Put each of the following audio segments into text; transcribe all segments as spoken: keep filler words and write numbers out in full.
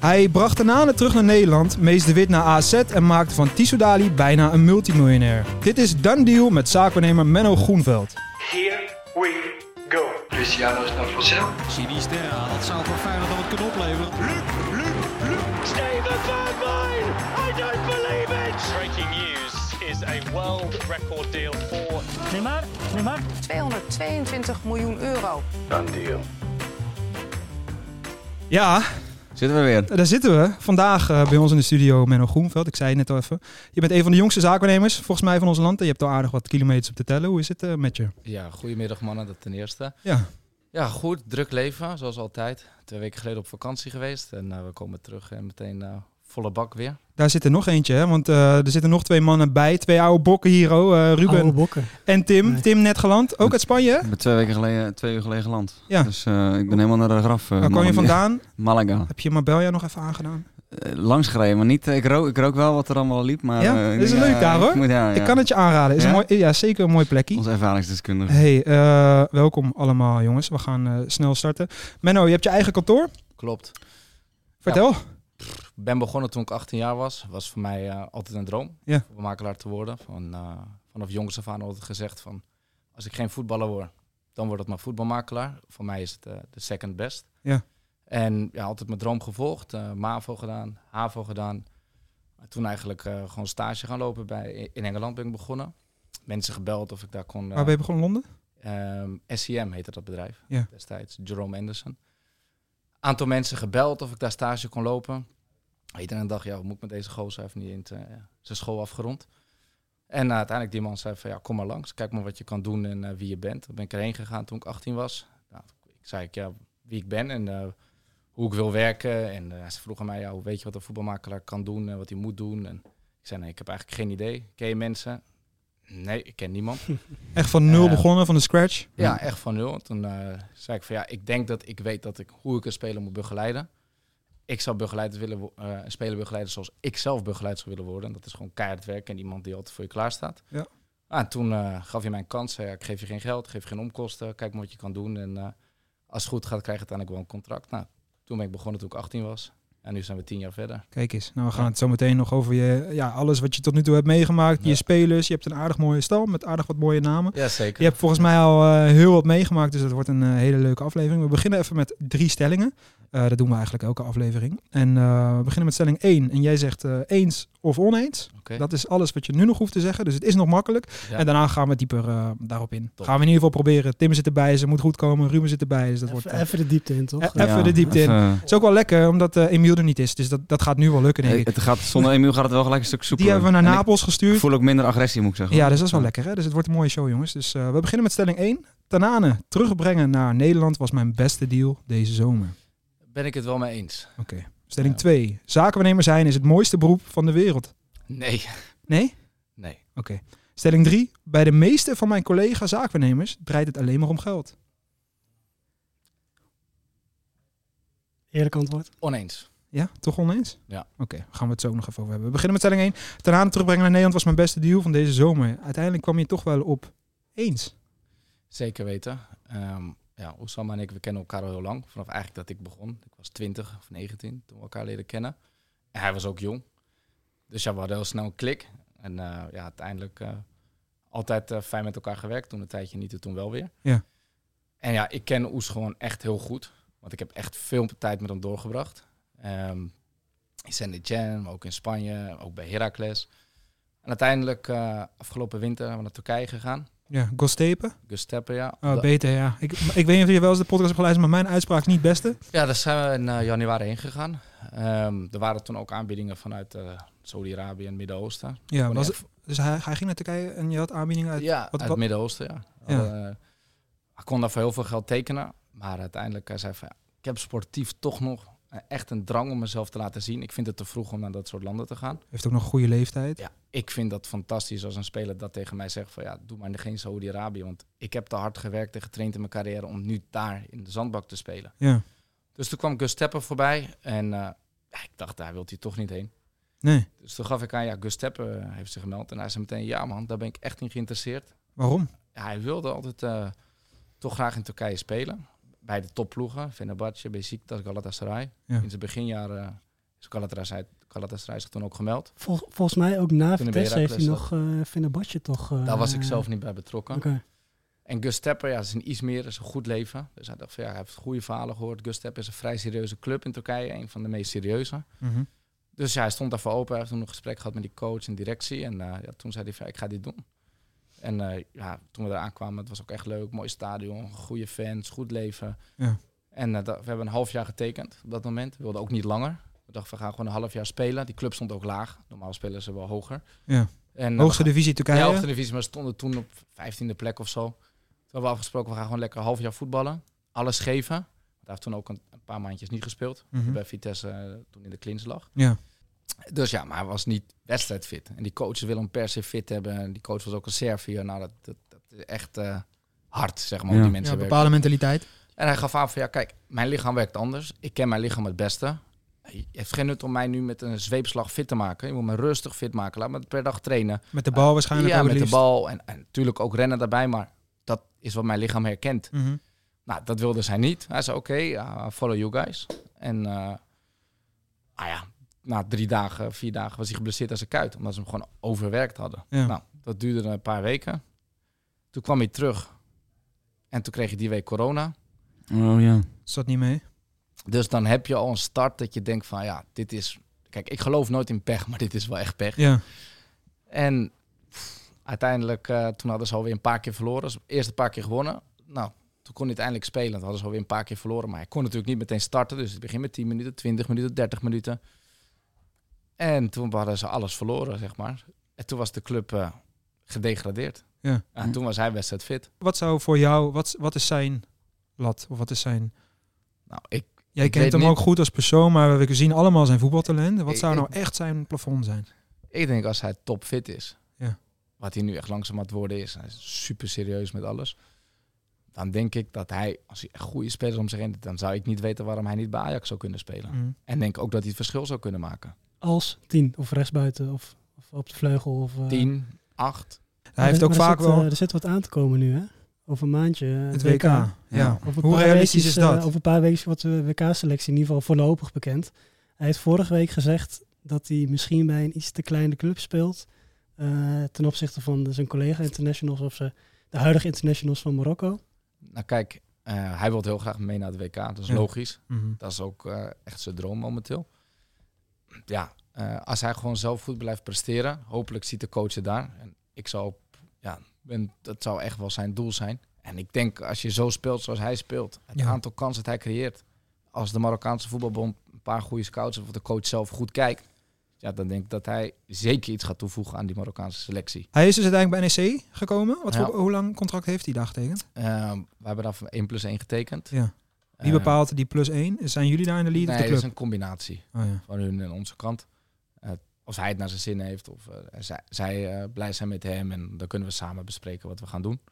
Hij bracht Tanane terug naar Nederland, Mees de Wit naar A Z en maakte van Tissoudali bijna een multimiljonair. Dit is Done Deal met zaakwaarnemer Menno Groenveld. Here we go. Cristiano is naar Marcel. Sinisterra, dat zou voor Feyenoord dan het kunnen opleveren. Luc, Luc, Luc. Steven Bergwijn! I don't believe it! Breaking news is a world record deal for... Neymar, Neymar. tweehonderdtweeëntwintig miljoen euro. Done deal. Ja, Zitten we weer. daar zitten we. Vandaag uh, bij ons in de studio Menno Groenveld. Ik zei het net al even. Je bent een van de jongste zaakwaarnemers volgens mij van ons land. En je hebt al aardig wat kilometers op te tellen. Hoe is het uh, met je? Ja, goedemiddag mannen, dat ten eerste. Ja. Ja, goed, druk leven, zoals altijd. Twee weken geleden op vakantie geweest en uh, we komen terug en meteen uh, volle bak weer. Daar zit er nog eentje, hè? Want uh, er zitten nog twee mannen bij. Twee oude bokken hier, oh. uh, Ruben Oude bokken. en Tim. Nee. Tim net geland, ook uit Spanje, hè? Ik ben twee weken geleden, twee uur geleden geland. Ja. Dus uh, ik ben helemaal naar de graf. Uh, Waar kwam je vandaan? Malaga. Heb je Marbella nog even aangedaan? Uh, langs gereden, maar niet. Ik rook, ik rook wel wat er allemaal liep. Maar, Ja? uh, ik Is denk, leuk uh, daar, hoor. Ik, moet, ja, Ik ja. kan het je aanraden. Is Ja? een mooi, ja, zeker een mooi plekje. Onze ervaringsdeskundige. Hey, uh, welkom allemaal jongens. We gaan uh, snel starten. Menno, je hebt je eigen kantoor. Klopt. Vertel. Ik ben begonnen toen ik achttien jaar was. Was voor mij uh, altijd een droom. Ja. Om makelaar te worden. Van, uh, vanaf jongs af aan altijd gezegd van... Als ik geen voetballer word, dan wordt het maar voetbalmakelaar. Voor mij is het uh, de second best. Ja. En ja, altijd mijn droom gevolgd. Uh, MAVO gedaan, HAVO gedaan. Maar toen eigenlijk uh, gewoon stage gaan lopen bij, in Engeland ben ik begonnen. Mensen gebeld of ik daar kon... Uh, Waar ben je begonnen, Londen? Um, S C M heette dat bedrijf Ja. destijds, Jerome Anderson. Aantal mensen gebeld of ik daar stage kon lopen. Iedereen dacht, ja, hoe moet ik met deze gozer even niet in te, ja, zijn school afgerond. En uh, uiteindelijk die man zei van, ja, kom maar langs. Kijk maar wat je kan doen en uh, wie je bent. Toen ben ik erheen gegaan toen ik achttien was. Nou, ik zei ik, ja, wie ik ben en uh, hoe ik wil werken. En uh, ze vroegen mij, ja, hoe weet je wat een voetbalmakelaar kan doen en wat hij moet doen. En ik zei, nee, ik heb eigenlijk geen idee. Ken je mensen? Nee, ik ken niemand. Echt van nul Uh, begonnen, van de scratch? Ja, echt van nul. Toen uh, zei ik van ja, ik denk dat ik weet dat ik hoe ik een speler moet begeleiden. Ik zou begeleid willen wo- uh, een speler begeleiden zoals ik zelf begeleid zou willen worden. Dat is gewoon keihard werken en iemand die altijd voor je klaar staat. Ja. Ah, en toen uh, gaf je mij een kans. Zei, ja, ik geef je geen geld, geef je geen omkosten. Kijk maar wat je kan doen. En uh, als het goed gaat, krijg je uiteindelijk wel een contract. Nou, toen ben ik begonnen toen ik achttien was. En nu zijn we tien jaar verder. Kijk eens. Nou, we gaan Ja. het zo meteen nog over je, ja, alles wat je tot nu toe hebt meegemaakt. Je Ja. spelers. Je hebt een aardig mooie stal met aardig wat mooie namen. Ja, zeker. Je hebt volgens mij al uh, heel wat meegemaakt, dus dat wordt een uh, hele leuke aflevering. We beginnen even met drie stellingen. Uh, dat doen we eigenlijk elke aflevering. En uh, we beginnen met stelling één. En jij zegt uh, eens of oneens. Okay. Dat is alles wat je nu nog hoeft te zeggen. Dus het is nog makkelijk. Ja. En daarna gaan we dieper uh, daarop in. Top. Gaan we in ieder geval proberen. Tim zit erbij, ze moet goed komen. Ruben zit erbij, dus dat Even, wordt... Uh, even de diepte in, toch? e- even Ja, de diepte in. even- Het is ook wel lekker, omdat uh, Emiel er niet is. Dus dat, dat gaat nu wel lukken, denk Eh, ik. het gaat, zonder Emiel gaat het wel gelijk een stuk Die soepeler. hebben we naar En Napels ik gestuurd. voel ook minder agressie, moet ik zeggen. Ja, dus dat is wel lekker, hè? Dus het wordt een mooie show, jongens. Dus uh, we beginnen met stelling één. Tanane terugbrengen naar Nederland was mijn beste deal deze zomer. Ben ik het wel mee eens? Oké. Okay. Stelling Ja. twee. Zakenwaarnemer zijn is het mooiste beroep van de wereld. Nee. Nee? Nee. Oké. Okay. Stelling drie. Bij de meeste van mijn collega zaakwaarnemers draait het alleen maar om geld. Eerlijk antwoord. Oneens. Ja, toch oneens? Ja. Oké, okay, gaan we het zo nog even over hebben. We beginnen met stelling één. Tanane terugbrengen naar Nederland was mijn beste deal van deze zomer. Uiteindelijk kwam je toch wel op eens. Zeker weten. Um, ja, Oussama en ik, we kennen elkaar al heel lang. Vanaf eigenlijk dat ik begon. Ik was twintig of negentien toen we elkaar leren kennen. En hij was ook jong. Dus ja, we hadden heel snel een klik. En uh, ja, uiteindelijk uh, altijd uh, fijn met elkaar gewerkt. Toen een tijdje niet en toen wel weer. Ja. En ja, ik ken Oes gewoon echt heel goed. Want ik heb echt veel tijd met hem doorgebracht. Um, in Saint-Etienne, maar ook in Spanje, ook bij Heracles. En uiteindelijk, uh, afgelopen winter, zijn we naar Turkije gegaan. Ja, Gostepe. Gustepe, ja. Oh, Da- beter, ja. Ik, ik weet niet of je wel eens de podcast hebt geluisterd, maar mijn uitspraak is niet het beste. Ja, daar zijn we in uh, januari heen gegaan. Um, er waren toen ook aanbiedingen vanuit uh, Saudi-Arabië en het Midden-Oosten. Ja, Kon was hij het, dus hij, hij ging naar Turkije en je had aanbiedingen uit... Ja, wat- uit wat- het Midden-Oosten, ja. Ja. Hadden, uh, hij kon daar voor heel veel geld tekenen. Maar uiteindelijk hij zei van, ja, ik heb sportief toch nog uh, echt een drang om mezelf te laten zien. Ik vind het te vroeg om naar dat soort landen te gaan. Heeft ook nog een goede leeftijd. Ja, ik vind dat fantastisch als een speler dat tegen mij zegt van, ja, doe maar geen Saudi-Arabië. Want ik heb te hard gewerkt en getraind in mijn carrière om nu daar in de zandbak te spelen. Ja. Dus toen kwam Gustepe voorbij en uh, ja, ik dacht, daar wil hij toch niet heen. Nee. Dus toen gaf ik aan, ja, Gustepe heeft zich gemeld. En hij zei meteen, ja man, daar ben ik echt in geïnteresseerd. Waarom? Ja, hij wilde altijd uh, toch graag in Turkije spelen. Bij de topploegen, Fenerbahce, Beşiktaş, Galatasaray. Ja. In zijn beginjaren Dus Galatasaray, Galatasaray zich toen ook gemeld. Vol, volgens mij ook na Toen hij bij Vitesse heeft hij Heracles nog uh, Fenerbahce toch... Uh, Daar was ik zelf niet bij betrokken. Okay. En Gus Tepper, ja, dat is een Izmir, dat is een goed leven. Dus hij dacht van, ja, hij heeft goede verhalen gehoord. Gus Tepper is een vrij serieuze club in Turkije, een van de meest serieuze. Mm-hmm. Dus ja, hij stond daarvoor open. Hij heeft toen een gesprek gehad met die coach en directie. En uh, ja, toen zei hij van, ja, ik ga dit doen. En uh, ja, toen we eraan kwamen, het was ook echt leuk. Mooi stadion, goede fans, goed leven. Ja. En uh, dat, we hebben een half jaar getekend op dat moment. We wilden ook niet langer. We dachten, we gaan gewoon een half jaar spelen. Die club stond ook laag. Normaal spelen ze wel hoger. Ja. En, uh, hoogste gaan, divisie Turkije? Ja, hoogste divisie, maar we stonden toen op vijftiende plek of zo. Toen hebben we afgesproken, we gaan gewoon lekker een half jaar voetballen. Alles geven. Want hij heeft toen ook een, een paar maandjes niet gespeeld. Mm-hmm. Bij Vitesse uh, toen in de klins lag. Ja. Dus ja, maar hij was niet wedstrijdfit. En die coaches willen hem per se fit hebben. En die coach was ook een Serviër. Nou, dat, dat, dat is echt uh, hard, zeg maar, ja. die mensen ja, een bepaalde mentaliteit. En hij gaf aan van, ja, kijk, mijn lichaam werkt anders. Ik ken mijn lichaam het beste. Je heeft geen nut om mij nu met een zweepslag fit te maken. Je moet me rustig fit maken. Laat me per dag trainen. Met de bal waarschijnlijk ja, ook met de bal. En, en natuurlijk ook rennen daarbij. Maar dat is wat mijn lichaam herkent. Mm-hmm. Nou, dat wilde zij niet. Hij zei, oké, okay, uh, follow you guys. En, uh, ah ja... Na drie dagen, vier dagen was hij geblesseerd aan zijn kuit. Omdat ze hem gewoon overwerkt hadden. Ja. Nou, dat duurde een paar weken. Toen kwam hij terug. En toen kreeg hij die week corona. Oh ja. Zat niet mee. Dus dan heb je al een start dat je denkt van ja, dit is... Kijk, ik geloof nooit in pech, maar dit is wel echt pech. Ja. En pff, uiteindelijk, uh, toen hadden ze alweer een paar keer verloren. Dus eerst een paar keer gewonnen. Nou, toen kon hij uiteindelijk spelen. Toen hadden ze alweer een paar keer verloren. Maar hij kon natuurlijk niet meteen starten. Dus het begin met tien minuten, twintig minuten, dertig minuten. En toen hadden ze alles verloren, zeg maar. En toen was de club uh, gedegradeerd. Ja. En toen was hij wedstrijd fit. Wat zou voor jou, wat, wat is zijn lat? Of wat is zijn... Nou, ik, Jij ik kent hem niet. ook goed als persoon, maar we zien allemaal zijn voetbaltalent. Wat Ik, zou nou ik, echt zijn plafond zijn? Ik denk als hij topfit is, ja. wat hij nu echt langzaam aan het worden is, hij is super serieus met alles. Dan denk ik dat hij, als hij echt goede spelers om zich heen heeft, dan zou ik niet weten waarom hij niet bij Ajax zou kunnen spelen. Mm. En denk ook dat hij het verschil zou kunnen maken. Als tien of rechtsbuiten of, of op de vleugel of uh... tien, acht. Hij heeft ook vaak zit, wel. Uh, er zit wat aan te komen nu, hè? Over een maandje. Uh, het W K. W K. Ja. ja. Hoe realistisch is dat? Uh, over een paar weken wordt de W K-selectie in ieder geval voorlopig bekend. Hij heeft vorige week gezegd dat hij misschien bij een iets te kleine club speelt. Uh, ten opzichte van de, zijn collega-internationals of ze, de huidige internationals van Marokko. Nou kijk, uh, hij wil heel graag mee naar de W K. Dat is ja. logisch. Mm-hmm. Dat is ook uh, echt zijn droom momenteel. Ja, uh, als hij gewoon zelf goed blijft presteren, hopelijk ziet de coach het daar. En ik zou, ja, ben, dat zou echt wel zijn doel zijn. En ik denk, als je zo speelt zoals hij speelt, het ja. aantal kansen dat hij creëert, als de Marokkaanse voetbalbond een paar goede scouts of de coach zelf goed kijkt, ja, dan denk ik dat hij zeker iets gaat toevoegen aan die Marokkaanse selectie. Hij is dus uiteindelijk bij N E C gekomen. Wat ja. voor, hoe lang contract heeft hij daar getekend? Uh, we hebben daar van één plus één getekend. Ja. Wie bepaalt die plus één? Zijn jullie daar in de lead? Nee, of de club? Het is een combinatie oh, ja. van hun en onze kant. Uh, als hij het naar zijn zin heeft of uh, zij, zij uh, blij zijn met hem en dan kunnen we samen bespreken wat we gaan doen.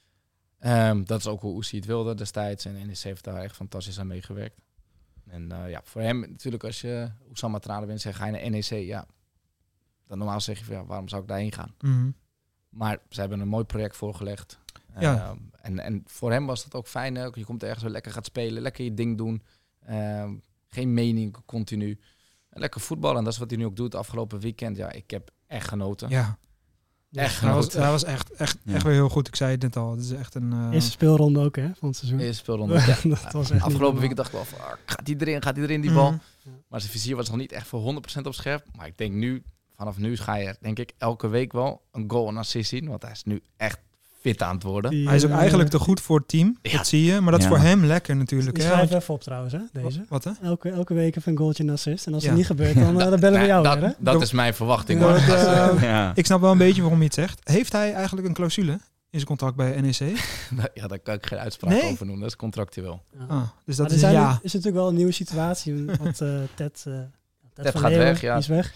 Um, dat is ook hoe Oesie het wilde destijds en N E C heeft daar echt fantastisch aan meegewerkt. En uh, ja, voor hem natuurlijk als je Oussama Traoré wint, zeg ga je naar N E C, ja, dan normaal zeg je van ja, waarom zou ik daarheen gaan? Mm-hmm. Maar ze hebben een mooi project voorgelegd. Ja. Uh, en, en voor hem was dat ook fijn. Hè? Je komt ergens weer lekker gaat spelen, lekker je ding doen. Uh, geen mening continu. Lekker voetballen. En dat is wat hij nu ook doet afgelopen weekend. Ja, ik heb echt genoten. Ja. Echt ja, genoten. Hij was, was echt, echt, ja. echt weer heel goed. Ik zei het net al. Het is echt een... Uh... Eerste speelronde ook, hè, van het seizoen. Eerste speelronde. Ja. Dat was echt afgelopen weekend dacht ik wel van, oh, gaat hij erin, gaat hij erin, die bal. Mm-hmm. Maar zijn vizier was nog niet echt voor honderd procent op scherp. Maar ik denk nu, vanaf nu ga je denk ik elke week wel een goal en assist zien. Want hij is nu echt fit aan het worden. Die, hij is ook eigenlijk te goed voor het team, ja. dat zie je. Maar dat is ja. voor hem lekker natuurlijk. Ik schrijf even op trouwens, hè, deze. Wat, hè? Elke, elke week even een goaltje en assist. En als ja. het niet gebeurt, dan, dan bellen we nee, jou dat, weer, hè? Dat de, is mijn verwachting. Dat, uh, ja. Ik snap wel een beetje waarom je het zegt. Heeft hij eigenlijk een clausule in zijn contract bij N E C? Ja, daar kan ik geen uitspraak nee? over noemen. Dat is contractueel. Ja. Ah, dus dat maar is een ja. is natuurlijk wel een nieuwe situatie. Want uh, Ted, uh, Ted, Ted van gaat Leeuwen, weg, ja. Die is weg.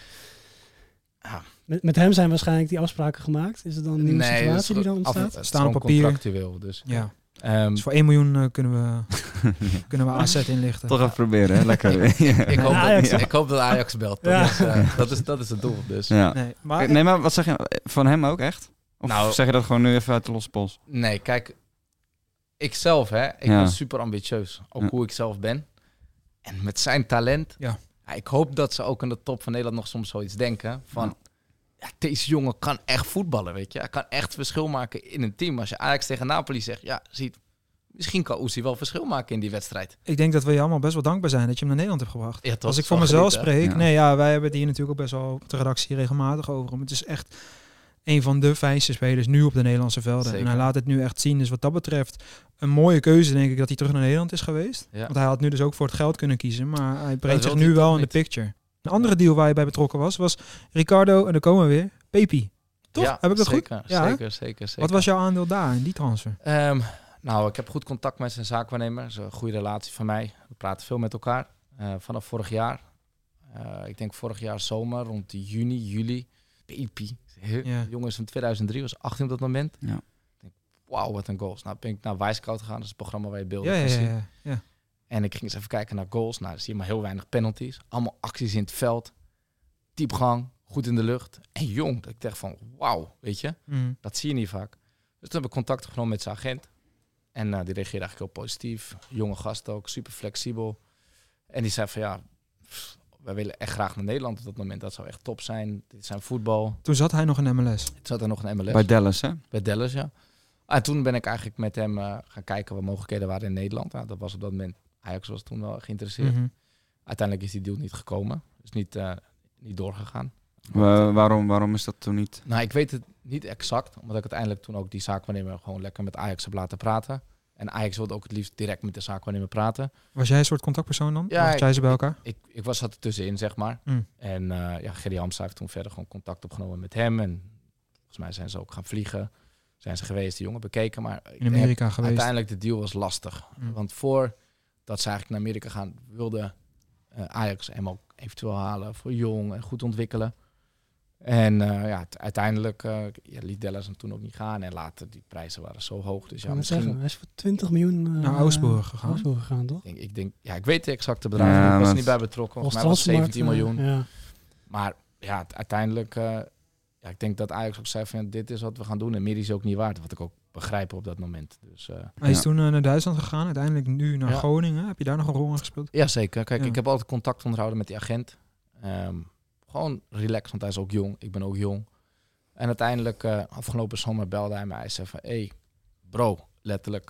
Ja. Met, met hem zijn waarschijnlijk die afspraken gemaakt. Is het dan een nieuwe nee, situatie die dan ontstaat? Af, Staan op papier. Contractueel, dus. Ja. Um, dus voor één miljoen uh, kunnen we kunnen we A Z inlichten. Toch even proberen, hè? Lekker. ik, hoop dat, ja. ik hoop dat Ajax belt. Dat, ja. is, uh, dat, is, dat is het doel. Dus. Ja. Nee, maar, nee, maar wat zeg je van hem ook echt? Of nou, zeg je dat gewoon nu even uit de losse pols? Nee, kijk. Ik zelf, hè. Ik ja. ben super ambitieus. Ook ja. hoe ik zelf ben. En met zijn talent. Ja. Ja, ik hoop dat ze ook aan de top van Nederland nog soms zoiets denken. Van, ja. Ja, deze jongen kan echt voetballen, weet je. Hij kan echt verschil maken in een team. Als je Ajax tegen Napoli zegt, ja, ziet, misschien kan Oesie wel verschil maken in die wedstrijd. Ik denk dat we je allemaal best wel dankbaar zijn dat je hem naar Nederland hebt gebracht. Ja, toch, als ik voor mezelf geniet, spreek, ja. nee, ja, wij hebben het hier natuurlijk ook best wel op de redactie regelmatig over hem. Het is echt een van de fijnste spelers nu op de Nederlandse velden. Zeker. En hij laat het nu echt zien. Dus wat dat betreft een mooie keuze, denk ik, dat hij terug naar Nederland is geweest. Ja. Want hij had nu dus ook voor het geld kunnen kiezen, maar hij brengt dat zich wil nu hij wel toch in de niet. picture. Een andere deal waar je bij betrokken was, was Ricardo, en dan komen we weer, Pepi. Toch? Ja, Heb ik dat zeker, goed? Ja, zeker, zeker, zeker. Wat was jouw aandeel daar in die transfer? Um, nou, ik heb goed contact met zijn zaakwaarnemer. Dat is een goede relatie van mij. We praten veel met elkaar. Uh, vanaf vorig jaar. Uh, ik denk vorig jaar zomer, rond juni, juli. Pepi. Ja. Jongens van tweeduizend drie, was achttien op dat moment. Ja. Ik denk, wauw, wat een goals. Nou ben ik naar Wisecout gegaan. Dat is het programma waar je beelden Ja, ja, kan ja, zien. ja, ja. En ik ging eens even kijken naar goals. Nou, dan zie je maar heel weinig penalties. Allemaal acties in het veld. Diepgang, goed in de lucht. En jong. Dat ik dacht van, wauw, weet je. Mm. Dat zie je niet vaak. Dus toen heb ik contact genomen met zijn agent. En uh, die reageerde eigenlijk heel positief. Jonge gast ook, super flexibel. En die zei van ja, pff, wij willen echt graag naar Nederland op dat moment. Dat zou echt top zijn. Dit is zijn voetbal. Toen zat hij nog in M L S. Toen zat er nog een M L S. Bij Dallas, hè? Bij Dallas, ja. En toen ben ik eigenlijk met hem uh, gaan kijken wat mogelijkheden waren in Nederland. Nou, dat was op dat moment, Ajax was toen wel geïnteresseerd. Mm-hmm. Uiteindelijk is die deal niet gekomen. Dus niet, uh, niet doorgegaan. Uh, waarom, waarom is dat toen niet? Nou, ik weet het niet exact. Omdat ik uiteindelijk toen ook die zaakwaarnemer gewoon lekker met Ajax heb laten praten. En Ajax wilde ook het liefst direct met de zaakwaarnemer praten. Was jij een soort contactpersoon dan? Ja, Of jij ze bij elkaar? Ik, ik was er tussenin, zeg maar. Mm. En uh, ja, Gerry Hamstra heeft toen verder gewoon contact opgenomen met hem. En volgens mij zijn ze ook gaan vliegen. Zijn ze geweest, de jongen bekeken. Maar In Amerika geweest. Uiteindelijk de deal was lastig. Mm. Want voor dat ze eigenlijk naar Amerika gaan, wilde uh, Ajax hem ook eventueel halen voor jong en goed ontwikkelen. En uh, ja, t- uiteindelijk uh, ja, liet Dallas hem toen ook niet gaan. En later, die prijzen waren zo hoog. Dus ja, Ja, misschien... zeggen, hij is voor twintig miljoen uh, naar Augsburg gegaan. Augsburg gegaan, toch? Ik denk, ik denk, ja, ik weet de exacte bedragen. Ja, ik was er maar- niet bij betrokken. Volgens mij was het zeventien miljoen. Uh, ja. Maar ja, t- uiteindelijk... Uh, ja, ik denk dat Ajax ook zei van, ja, dit is wat we gaan doen. En meer is ook niet waard. Wat ik ook begrijp op dat moment. Dus, uh, Hij is Ja. toen uh, naar Duitsland gegaan. Uiteindelijk nu naar Ja. Groningen. Heb je daar nog een rol in gespeeld? ja, zeker. Kijk, Ja. ik heb altijd contact onderhouden met die agent. Um, gewoon relaxed, want hij is ook jong. Ik ben ook jong. En uiteindelijk, uh, afgelopen zomer belde hij mij. Hij zei van, hé, hey, bro, letterlijk,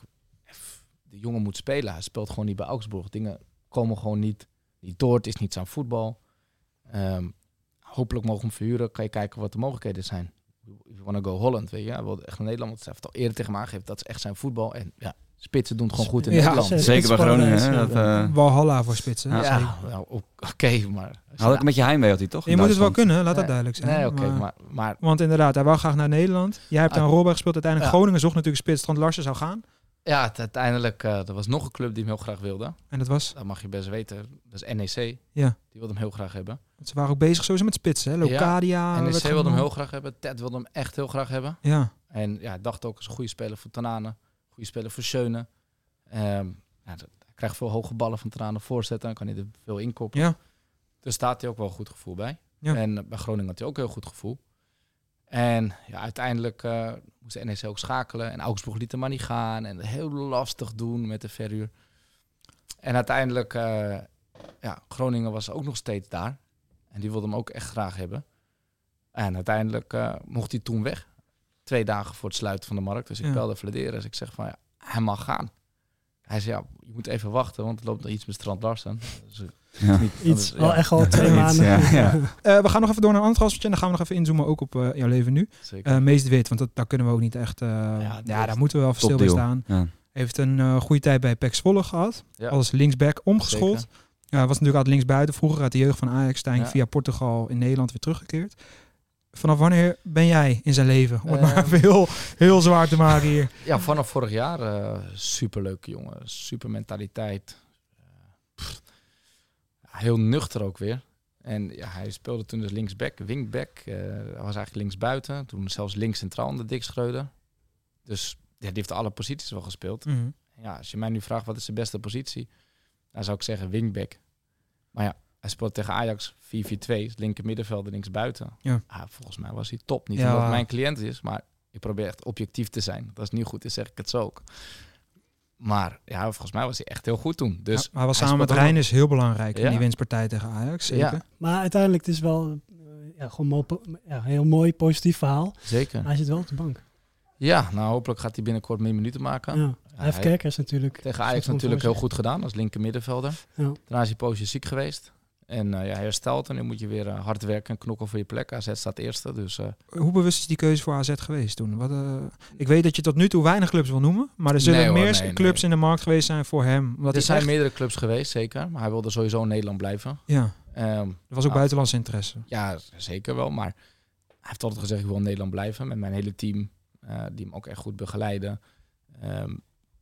de jongen moet spelen. Hij speelt gewoon niet bij Augsburg. Dingen komen gewoon niet, niet door. Het is niet zijn voetbal. Um, hopelijk mogen we hem verhuren. Kan je kijken wat de mogelijkheden zijn. If you wanna go Holland, weet je. Hij wilde echt naar Nederland. Want hij heeft al eerder tegen me aangegeven. Dat is echt zijn voetbal. En ja, spitsen doen het gewoon goed in Ja, Nederland. zeker. Zeker bij Groningen, hè? Ja. Dat, uh, Walhalla voor spitsen. Ja. Zeker. Ja, nou, oké, okay, maar... had ik met je heimwee, had hij toch? Je in moet het wel Duitsland? kunnen, laat dat Nee, duidelijk zijn. Nee, oké, maar, maar, maar Want inderdaad, hij wou graag naar Nederland. Jij hebt Ah. aan Rolberg gespeeld. Uiteindelijk Ja. Groningen zocht natuurlijk spits. Strand Larsen zou gaan. ja, het, uiteindelijk, uh, er was nog een club die hem heel graag wilde. En dat was, Dat mag je best weten. Dat is N E C. ja. Die wilde hem heel graag hebben. Ze waren ook bezig sowieso met spitsen. Hè? Locadia. N E werd C wilde hem genoemd. heel graag hebben. Ted wilde hem echt heel graag hebben. Ja. En ja, dacht ook, is een goede speler voor Tanane. Goede speler voor Schöne. Um, ja, dat- hij krijgt veel hoge ballen van Tanane voorzetten. Dan kan hij er veel inkoppen. Ja. Dus daar had hij ook wel een goed gevoel bij. Ja. En uh, bij Groningen had hij ook een heel goed gevoel. En ja, uiteindelijk uh, moest de N E C ook schakelen. En Augsburg liet hem maar niet gaan. En heel lastig doen met de verhuur. En uiteindelijk, uh, ja, Groningen was ook nog steeds daar. En die wilde hem ook echt graag hebben. En uiteindelijk uh, mocht hij toen weg. Twee dagen voor het sluiten van de markt. Dus ik Ja. belde Vladeres. Dus ik zeg van, ja, hij mag gaan. Hij zei, ja, je moet even wachten, want er loopt nog iets met Strand Larsen. Dus, uh, Ja. niet, Iets, ja, al echt al twee Iets, maanden. ja, ja. Uh, we gaan nog even door naar een ander transfertje. En dan gaan we nog even inzoomen ook op uh, jouw leven nu. zeker. Uh, Meest Wit, want dat, daar kunnen we ook niet echt... Uh, ja, Ja, dat daar is moeten we wel stil bij Topdeal. staan. Ja. Heeft een uh, goede tijd bij P E C Zwolle gehad. Ja. Als linksback omgeschoold. Zeker. Ja, was natuurlijk uit linksbuiten. Vroeger uit de jeugd van Ajax. Uiteindelijk Ja. via Portugal in Nederland weer teruggekeerd. Vanaf wanneer ben jij in zijn leven? Om het Uh, maar even heel, heel zwaar te maken hier. Ja, vanaf vorig jaar. Uh, superleuke jongen. Super mentaliteit. Uh, pff, heel nuchter ook weer. En ja, hij speelde toen dus linksback, wingback. Uh, hij was eigenlijk linksbuiten. Toen zelfs links centraal in de Dick Schreuder. Dus ja, die heeft alle posities wel gespeeld. Mhm. Ja, als je mij nu vraagt wat is zijn beste positie, dan zou ik zeggen wingback. Maar ja, hij speelt tegen Ajax vier vier twee, linker middenvelder, links buiten. Ja. Ah, volgens mij was hij top. Niet Ja. omdat het mijn cliënt is, maar ik probeer echt objectief te zijn. Dat is niet goed, dan zeg ik het zo ook. Maar ja, volgens mij was hij echt heel goed toen. Dus ja, maar hij was hij samen met speelde Reinders heel belangrijk Ja. in die winstpartij tegen Ajax. Zeker. Ja. Maar uiteindelijk het is wel uh, ja, gewoon mo- ja, een heel mooi, positief verhaal. ook- Zeker. Maar hij zit wel op de bank. Ja, nou hopelijk gaat hij binnenkort meer minuten maken. Ja. Hij heeft hij- Kerkers natuurlijk. Tegen Ajax soort van natuurlijk voor heel goed gedaan als linker middenvelder. Ja. Daarna is hij poosje ziek geweest. En uh, ja, hersteld. En nu moet je weer uh, hard werken en knokken voor je plek. A Z staat eerste, dus... Uh, Hoe bewust is die keuze voor A Z geweest toen? Wat, uh, ik weet dat je tot nu toe weinig clubs wil noemen. Maar er zullen Nee hoor, meer nee, clubs nee. in de markt geweest zijn voor hem. Omdat er hij zijn echt, meerdere clubs geweest, zeker. Maar hij wilde sowieso in Nederland blijven. Ja, Um, er was ook nou, buitenlandse interesse. Ja, zeker wel. Maar hij heeft altijd gezegd, ik wil in Nederland blijven. Met mijn hele team, uh, die hem ook echt goed begeleiden. Um,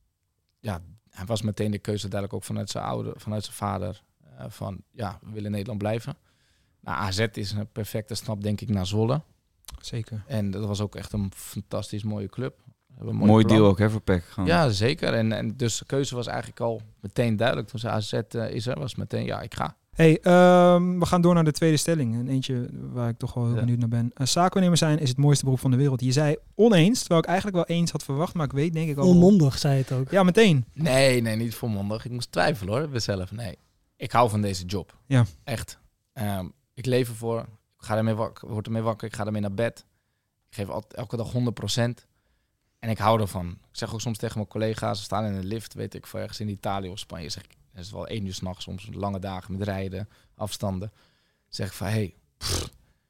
ja, hij was meteen de keuze duidelijk ook vanuit zijn ouder, vanuit zijn vader. Uh, van, ja, we willen in Nederland blijven. Nou, A Z is een perfecte stap, denk ik, naar Zwolle. Zeker. En dat was ook echt een fantastisch mooie club. We hebben een Mooi mooie plan. deal ook, hè, voor P E C. Gewoon. Ja, zeker. En, en dus de keuze was eigenlijk al meteen duidelijk. Toen ze A Z uh, is er, was meteen, ja, ik ga. Hey, um, we gaan door naar de tweede stelling. En eentje waar ik toch wel heel Ja. benieuwd naar ben. Uh, zaakwaarnemer zijn is het mooiste beroep van de wereld. Je zei oneens, terwijl ik eigenlijk wel eens had verwacht. Maar ik weet denk ik al... Onmondig, zei het ook. Ja, meteen. Nee, nee, niet volmondig. Ik moest twijfelen hoor, mezelf. Nee, ik hou van deze job. Ja. Echt. Um, ik leef ervoor. Ik ga ermee wakker, word ermee wakker. Ik ga ermee naar bed. Ik geef altijd, elke dag honderd procent. En ik hou ervan. Ik zeg ook soms tegen mijn collega's, ze staan in een lift, weet ik, voor ergens in Italië of Spanje. Zeg ik, het is wel één uur 's nachts, soms lange dagen met rijden, afstanden. Zeg ik van, hé, hey, pff,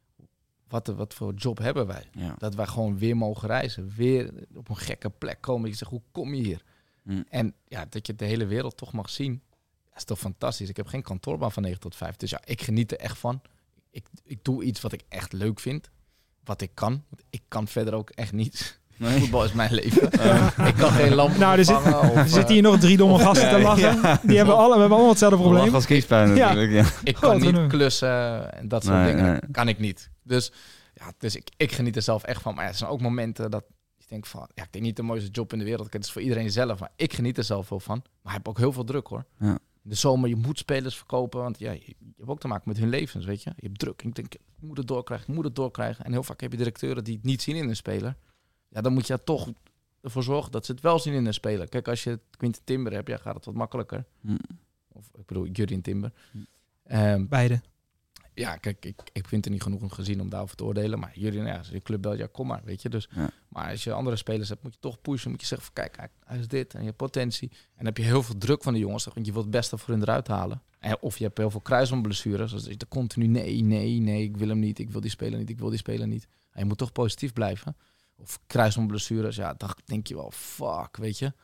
wat, wat voor job hebben wij? Ja. Dat wij gewoon weer mogen reizen. Weer op een gekke plek komen. Je zegt, hoe kom je hier? Mm. En ja, dat je de hele wereld toch mag zien, dat is toch fantastisch. Ik heb geen kantoorbaan van negen tot vijf. Dus ja, ik geniet er echt van. Ik, ik doe iets wat ik echt leuk vind. Wat ik kan. Want ik kan verder ook echt niet. Nee. Voetbal is mijn leven. Uh, ik kan geen lampen Nou, er, zit, vervangen of, er zitten hier nog drie domme gasten te lachen. Die hebben alle, we hebben allemaal hetzelfde Probleem. probleem. Als kiespijn Ja. natuurlijk, ja. Ik kan God, niet nee. klussen en dat soort Nee, dingen. nee. Kan ik niet. Dus, ja, dus ik, ik geniet er zelf echt van. Maar ja, er zijn ook momenten dat je denkt van... Ja, ik denk niet de mooiste job in de wereld. Het is voor iedereen zelf. Maar ik geniet er zelf wel van. Maar ik heb ook heel veel druk hoor. Ja. De zomer, je moet spelers verkopen. Want ja, je, je hebt ook te maken met hun levens, weet je. Je hebt druk. Ik denk, ik moet het doorkrijgen, ik moet het doorkrijgen. En heel vaak heb je directeuren die het niet zien in een speler. Ja, dan moet je er toch ervoor zorgen dat ze het wel zien in een speler. Kijk, als je Quinten Timber hebt, ja, gaat het wat makkelijker. Mm. Of ik bedoel, Jurien Timber. Mm. Um, Beide. ja, kijk, ik, ik vind er niet genoeg gezien om daarover te oordelen. Maar Jurien, ja, als je club belt, ja, kom maar, weet je. Dus, Ja. maar als je andere spelers hebt, moet je toch pushen. Moet je zeggen van, kijk, hij, hij is dit en je hebt potentie. En dan heb je heel veel druk van de jongens, want je wilt het beste voor hun eruit halen. En, of je hebt heel veel kruisbandblessures. Dus je continu, nee, nee, nee, ik wil hem niet. Ik wil die speler niet, ik wil die speler niet. En je moet toch positief blijven. Of kruisbandblessures, ja, dan denk je wel, fuck, weet je.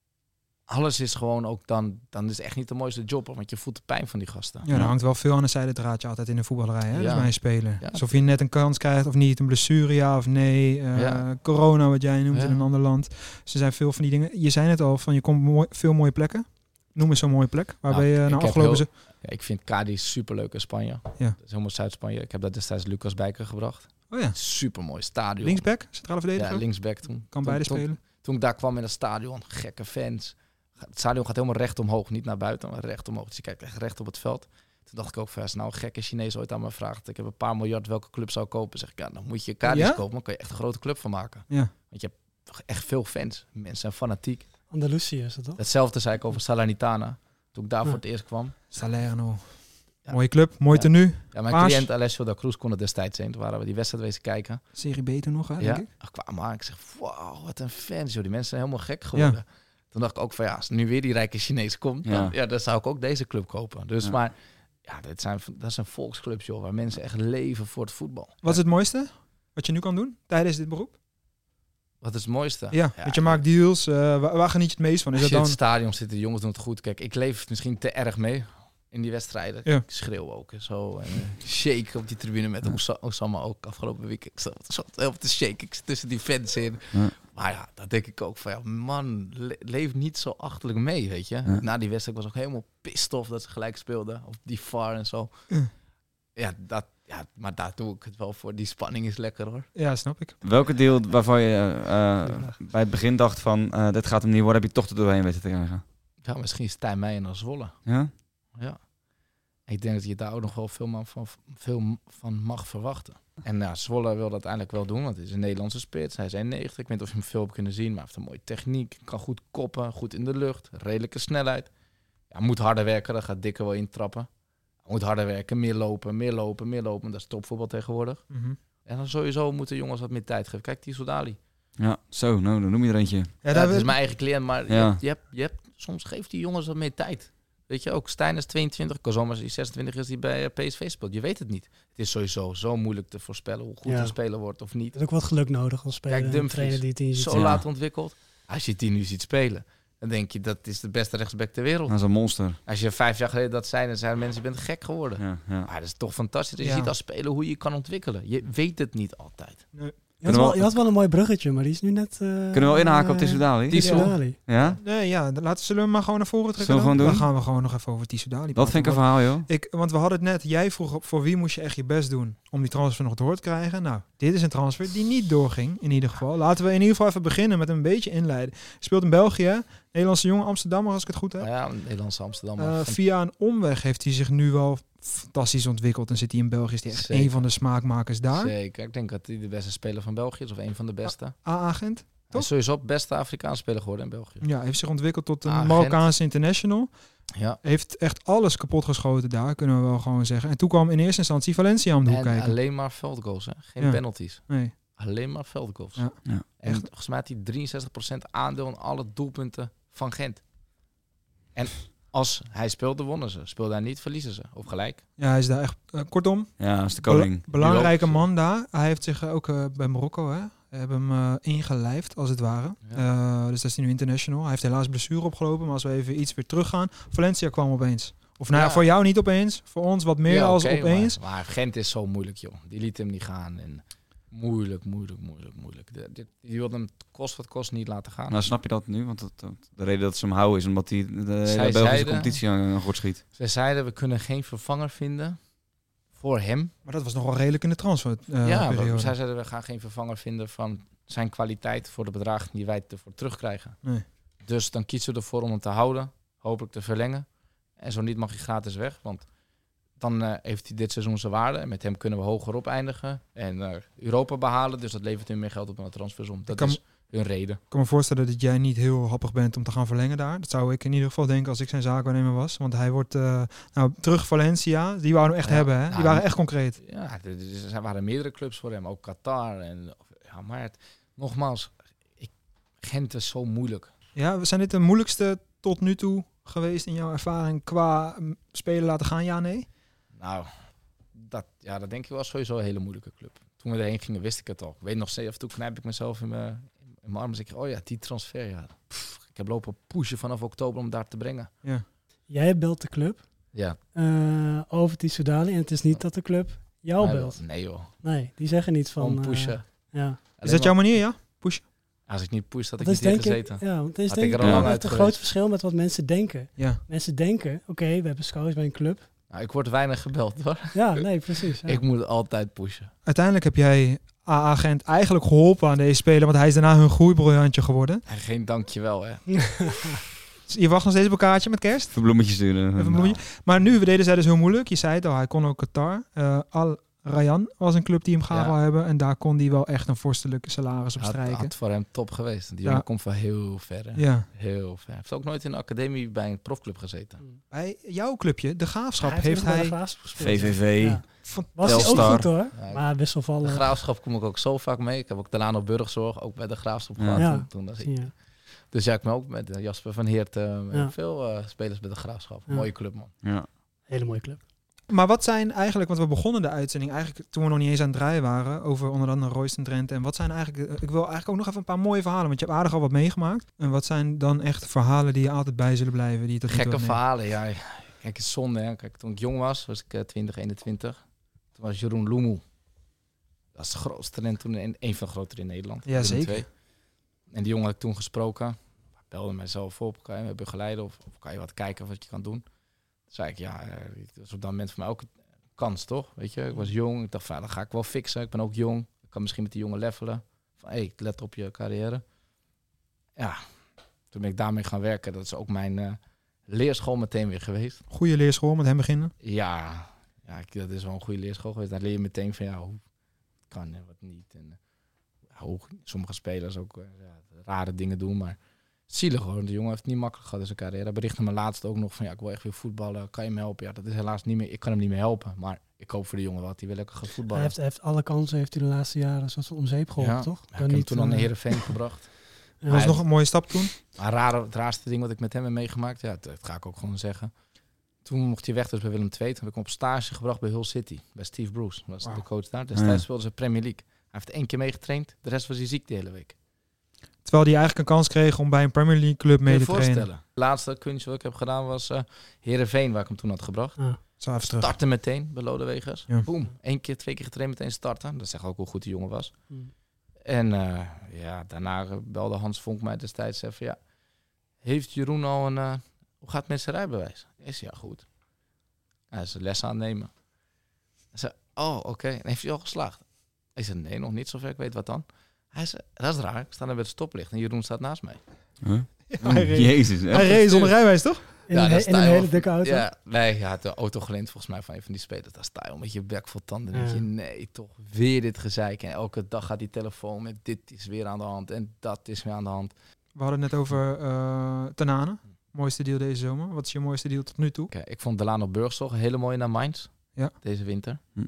Alles is gewoon ook dan, dan is het echt niet de mooiste job, hoor, want je voelt de pijn van die gasten. Ja, er hangt wel veel aan de zijdraadje altijd in de voetballerij, hè? Ja. Dus bij een speler. Ja. Alsof je net een kans krijgt of niet, een blessure, ja of nee. Uh, Ja. Corona, wat jij noemt Ja. in een ander land. Dus er zijn veel van die dingen. Je zei het al, van je komt mooi, veel mooie plekken. Noem eens zo'n mooie plek. Waar Nou, ben je ik nou heb afgelopen... heel- ze- Ja, ik vind Cadiz superleuk in Spanje. Ja. Dat is helemaal Zuid-Spanje. Ik heb dat destijds Lucas Bijker gebracht. Oh ja, Supermooi stadion. linksback, centrale verdediger. Ja, linksback toen. Kan toen, beide toen, spelen. Toen ik daar kwam in het stadion, gekke fans. Het stadion gaat helemaal recht omhoog, niet naar buiten, maar recht omhoog. Dus je kijkt echt recht op het veld. Toen dacht ik ook van, als nou een gekke Chinees ooit aan me vraagt, ik heb een paar miljard, welke club zou ik kopen? Zeg ik, ja, dan moet je Cadiz Ja? kopen, dan kan je echt een grote club van maken. Ja. Want je hebt toch echt veel fans. Mensen zijn fanatiek. Andalusië is dat toch? Hetzelfde zei ik over Salernitana. Toen ik daar Ja. voor het eerst kwam. Salerno. Ja. Mooie club, mooi Ja. tenue. Ja, mijn Paars. cliënt Alessio da Cruz kon het destijds zijn. Toen waren we die wedstrijd wezen kijken. Serie B toen nog, hè, Ja, denk ik. ik kwam aan. Ik zeg, wow, wat een fans, joh. Die mensen zijn helemaal gek geworden. Toen dacht ik ook van, ja, als nu weer die rijke Chinees komt, dan, Ja. ja, dan zou ik ook deze club kopen. Dus, Ja. maar, ja, dat zijn, dat zijn volksclubs, joh, waar mensen echt leven voor het voetbal. Wat is het mooiste wat je nu kan doen tijdens dit beroep? Wat is het mooiste? Ja, want je maakt deals. Uh, waar, waar geniet je het meest van? Is Als dat je in dan... het stadion zit, de jongens doen het goed. Kijk, ik leef misschien te erg mee in die wedstrijden. Ja. Ik schreeuw ook. en Zo en, uh, shake op die tribune met Ja. Osa- Osama ook afgelopen week. Ik zat zo heel te shake. Ik zit tussen die fans in. Ja. Maar ja, dat denk ik ook van, ja, man, le- leef niet zo achterlijk mee, weet je. Ja. Na die wedstrijd was ik ook helemaal pissed off dat ze gelijk speelden. Of die V A R en zo. Ja. Ja, dat, ja, maar daar doe ik het wel voor. Die spanning is lekker, hoor. Ja, snap ik. Welke deal waarvan je uh, bij het begin dacht van, uh, dit gaat hem niet worden, heb je toch er doorheen weten te krijgen? Ja, misschien Stijn Meijer naar Zwolle. Ja? Ja. Ik denk dat je daar ook nog wel veel, man van, veel van mag verwachten. En nou, Zwolle wil dat uiteindelijk wel doen, want het is een Nederlandse spits. Hij is één negentig. Ik weet niet of je hem veel hebt kunnen zien, maar hij heeft een mooie techniek. Kan goed koppen, goed in de lucht, redelijke snelheid. Ja, moet harder werken, daar gaat Dikke wel intrappen. Hij moet harder werken, meer lopen, meer lopen, meer lopen. Dat is topvoetbal tegenwoordig. Mm-hmm. En dan sowieso moeten jongens wat meer tijd geven. Kijk, die Soudali. Ja, zo, nou, dan noem je er eentje. Ja, Ja, daar dat is wil- mijn eigen cliënt, maar Ja. je, hebt, je, hebt, je hebt, soms geeft die jongens wat meer tijd. Weet je ook, Stijn is tweeëntwintig, Kozoma is zesentwintig is die bij eh, P S V speelt. Je weet het niet. Het is sowieso zo moeilijk te voorspellen hoe goed Ja. een speler wordt of niet. Er is ook wat geluk nodig als speler. Kijk, en Dumfries, trainer die het in je ziet. Zo Ja. laat ontwikkeld. Als je die nu ziet spelen, dan denk je dat is de beste rechtsback ter wereld. Dat is een monster. Als je vijf jaar geleden dat zei, dan zeiden mensen, je bent gek geworden. Ja, ja. Maar dat is toch fantastisch. Dat je Ja. ziet als speler hoe je je kan ontwikkelen. Je weet het niet altijd. Nee. Je had, wel, je had wel een mooi bruggetje, maar die is nu net... Uh, Kunnen we wel inhaken op Tissoudali? Tissoudali. Ja? Nee, ja, dan laten, zullen we hem maar gewoon naar voren trekken? Zullen we dan? gewoon doen? Dan gaan we gewoon nog even over Tissoudali Dat vind ik een verhaal, joh. Ik, want we hadden het net, jij vroeg op voor wie moest je echt je best doen om die transfer nog door te krijgen. Nou, dit is een transfer die niet doorging, in ieder geval. Laten we in ieder geval even beginnen met een beetje inleiden. Hij speelt in België, Nederlandse jongen, Amsterdammer als ik het goed heb. Maar ja, een Nederlandse Amsterdammer. Uh, Van- via een omweg heeft hij zich nu wel fantastisch ontwikkeld en zit hij in België. Is hij echt Zeker. een van de smaakmakers daar. Zeker. Ik denk dat hij de beste speler van België is, of een van de beste. A-agent. Hij toch? is sowieso de beste Afrikaanse speler geworden in België. Ja, heeft zich ontwikkeld tot een Agent. Marokkaanse international. Ja. Heeft echt alles kapot geschoten daar, kunnen we wel gewoon zeggen. En toen kwam in eerste instantie Valencia om de hoek En kijken. alleen maar veldgoals, hè? Geen Ja. penalties. Nee. Alleen maar veldgoals. Ja. Ja. En volgens mij had hij drieënzestig procent aandeel in alle doelpunten van Gent. En als hij speelde, wonnen ze. Speelde hij niet, verliezen ze. Of gelijk. Ja, hij is daar echt... uh, kortom, Ja, dat is de bela- koning. belangrijke Die loopt. man daar. Hij heeft zich ook uh, bij Marokko, hè, hebben hem uh, ingelijfd, als het ware. Uh, dus dat is hij nu international. Hij heeft helaas blessure opgelopen, maar als we even iets weer teruggaan. Valencia kwam opeens. Of nou ja, Ja. voor jou niet opeens, voor ons wat meer Ja, als oké, opeens. Maar, maar Gent is zo moeilijk, joh. Die liet hem niet gaan. En moeilijk, moeilijk, moeilijk, moeilijk. De, die, die wilde hem kost wat kost niet laten gaan. Nou, snap je dat nu? Want dat, dat- de reden dat ze hem houden is omdat hij de hele Zij Belgische zeiden- competitie aan aan gort schiet. Ze zeiden, we kunnen geen vervanger vinden voor hem. Maar dat was nog wel redelijk in de transfer uh, ja, periode. we, zij zeiden, we gaan geen vervanger vinden van zijn kwaliteit voor de bedragen die wij ervoor terugkrijgen. Nee. Dus dan kiezen we ervoor om hem te houden, hopelijk te verlengen. En zo niet mag hij gratis weg, want dan uh, heeft hij dit seizoen zijn waarde. En met hem kunnen we hogerop eindigen en uh, Europa behalen. Dus dat levert hem meer geld op dan de transfersom. Dat kan is hun reden. Ik kan me voorstellen dat jij niet heel happig bent om te gaan verlengen daar. Dat zou ik in ieder geval denken als ik zijn zaakwaarnemer was. Want hij wordt, uh, nou, terug Valencia, die wouden hem echt Ja. hebben, hè? Die Nou, waren echt concreet. Ja, er, er waren meerdere clubs voor hem, ook Qatar. En, ja, maar het, nogmaals, ik, Gent is zo moeilijk. Ja, zijn dit de moeilijkste tot nu toe geweest in jouw ervaring qua um, spelen laten gaan? Ja, nee? Nou, dat, ja, dat denk ik was sowieso een hele moeilijke club. Toen we erheen gingen, wist ik het al. Ik weet nog steeds, af en toe knijp ik mezelf in mijn, in mijn arm en zeg ik, oh ja, die transfer, ja. Pff, ik heb lopen pushen vanaf oktober om daar te brengen. Ja. Jij belt de club Ja. uh, over Tissoudali en het is niet dat de club jou Nee, belt. Nee joh. Nee, die zeggen niet van... Om pushen. Uh, ja. Is Alleen dat jouw maar- manier, ja? Pushen? Als ik niet push, had ik Dat niet is hier denk ik, gezeten. ja, want het is Had denk ik ik er al wel lang het uit een geweest. groot verschil met wat mensen denken. Ja. Mensen denken, oké, okay, we hebben scouts bij een club. Nou, ik word weinig gebeld hoor. Ja, nee, precies. Ja. Ik moet altijd pushen. Uiteindelijk heb jij A-agent eigenlijk geholpen aan deze speler, want hij is daarna hun groeibriljantje geworden. En geen dankjewel hè. Je wacht nog steeds op een kaartje met kerst? Even bloemetjes sturen. Even een Nou. bloemetje. Maar nu deden zij dus heel moeilijk. Je zei het al, hij kon ook Qatar. Uh, Al Rayyan was een club die hem graag Ja. wil hebben. En daar kon hij wel echt een vorstelijke salaris op Had, strijken. had voor hem top geweest. Die Ja. jongen komt van heel ver. Hè. Ja. Heel ver. Hij heeft ook nooit in de academie bij een profclub gezeten. Bij jouw clubje, de Graafschap, Hij heeft heeft hij... bij de Graafschap gespeeld. V V V. Ja. van- Was hij ook Telstar. goed hoor, Ja, maar De wisselvallig. Graafschap kom ik ook zo vaak mee. Ik heb ook daarna nog burgzorg, ook bij de Graafschap Ja. gehad. Ja. Toen, toen was ik. Zie je. Dus ja, ik ben ook met uh, Jasper van Heert. Uh, Ja. Veel uh, spelers bij de Graafschap. Ja. Mooie club man. Ja. Hele mooie club. Maar wat zijn eigenlijk, want we begonnen de uitzending eigenlijk toen we nog niet eens aan het draaien waren, over onder andere Royston Drenthe. En wat zijn eigenlijk, ik wil eigenlijk ook nog even een paar mooie verhalen, want je hebt aardig al wat meegemaakt. En wat zijn dan echt verhalen die je altijd bij zullen blijven? Die je tot nu toe Gekke hebt verhalen, ja. Kijk, het is zonde. Hè. Kijk, toen ik jong was, was ik uh, twintig, eenentwintig. Toen was Jeroen Loemoe. Dat is het grootste talent toen, een, een van de grotere in Nederland. Ja, Willem zeker. twee. En die jongen had ik toen gesproken. Hij belde mijzelf op, kan je me begeleiden of, of kan je wat kijken wat je kan doen? Toen zei ik, ja, uh, dat was op dat moment voor mij ook een kans, toch? Weet je, ik was jong. Ik dacht, van, ja, dat ga ik wel fixen. Ik ben ook jong. Ik kan misschien met die jongen levelen. Van, hé, hey, let op je carrière. Ja, toen ben ik daarmee gaan werken. Dat is ook mijn uh, leerschool meteen weer geweest. Goede leerschool, met hem beginnen. Ja, ja ik, dat is wel een goede leerschool geweest. Daar leer je meteen van, ja, hoe kan en wat niet. En uh, hoe sommige spelers ook uh, ja, rare dingen doen, maar zielig hoor. De jongen heeft het niet makkelijk gehad in zijn carrière. Hij berichtte me laatst ook nog van, ja, ik wil echt weer voetballen. Kan je me helpen? Ja, dat is helaas niet meer. Ik kan hem niet meer helpen, maar ik hoop voor de jongen wel dat hij weer lekker gaat voetballen. Hij heeft, hij heeft alle kansen, heeft hij de laatste jaren zoals om zeep geholpen, ja. toch? Ja, ik heb hem toen al naar Heerenveen gebracht. Dat was nog een mooie stap toen. Maar rare, het raarste ding wat ik met hem heb meegemaakt, ja, dat, dat ga ik ook gewoon zeggen. Toen mocht hij weg dus bij Willem twee. Toen heb ik hem op stage gebracht bij Hull City. Bij Steve Bruce, was wow. de coach daar. Destijds ja. speelde ze Premier League. Hij heeft één keer meegetraind. De rest was hij ziek de hele week. Terwijl hij eigenlijk een kans kreeg om bij een Premier League club mee te trainen. Het laatste kunstje wat ik heb gedaan was uh, Heerenveen, waar ik hem toen had gebracht. Ja. Zo even terug. Starten meteen bij Lodewegers. Ja. Boom. Eén keer, twee keer getraind, meteen starten. Dat zegt ook hoe goed die jongen was. Hmm. En uh, ja, daarna uh, belde Hans Vonk mij destijds even, ja, heeft Jeroen al een, uh, hoe gaat het met zijn rijbewijs? Is ja goed. Hij is les aan het nemen. Hij zei, oh oké, okay. En heeft hij al geslaagd? Ik zei, nee, nog niet zover ik weet wat dan. Hij zei, dat is raar, ik sta daar bij het stoplicht en Jeroen staat naast mij. Huh? Ja, hij reed, Jezus. Hij reed zonder rijbewijs, toch? In, ja, een, in een hele dikke auto? Ja, nee, hij had de auto geleend volgens mij van een van die spelers. Daar sta je al met je bek vol tanden. Dan denk je, nee, toch weer dit gezeik. En elke dag gaat die telefoon met dit is weer aan de hand en dat is weer aan de hand. We hadden het net over uh, Tanane. Mooiste deal deze zomer. Wat is je mooiste deal tot nu toe? Okay, ik vond Delano Burgzorg een hele mooie naar Mainz. Ja. Deze winter. Hm.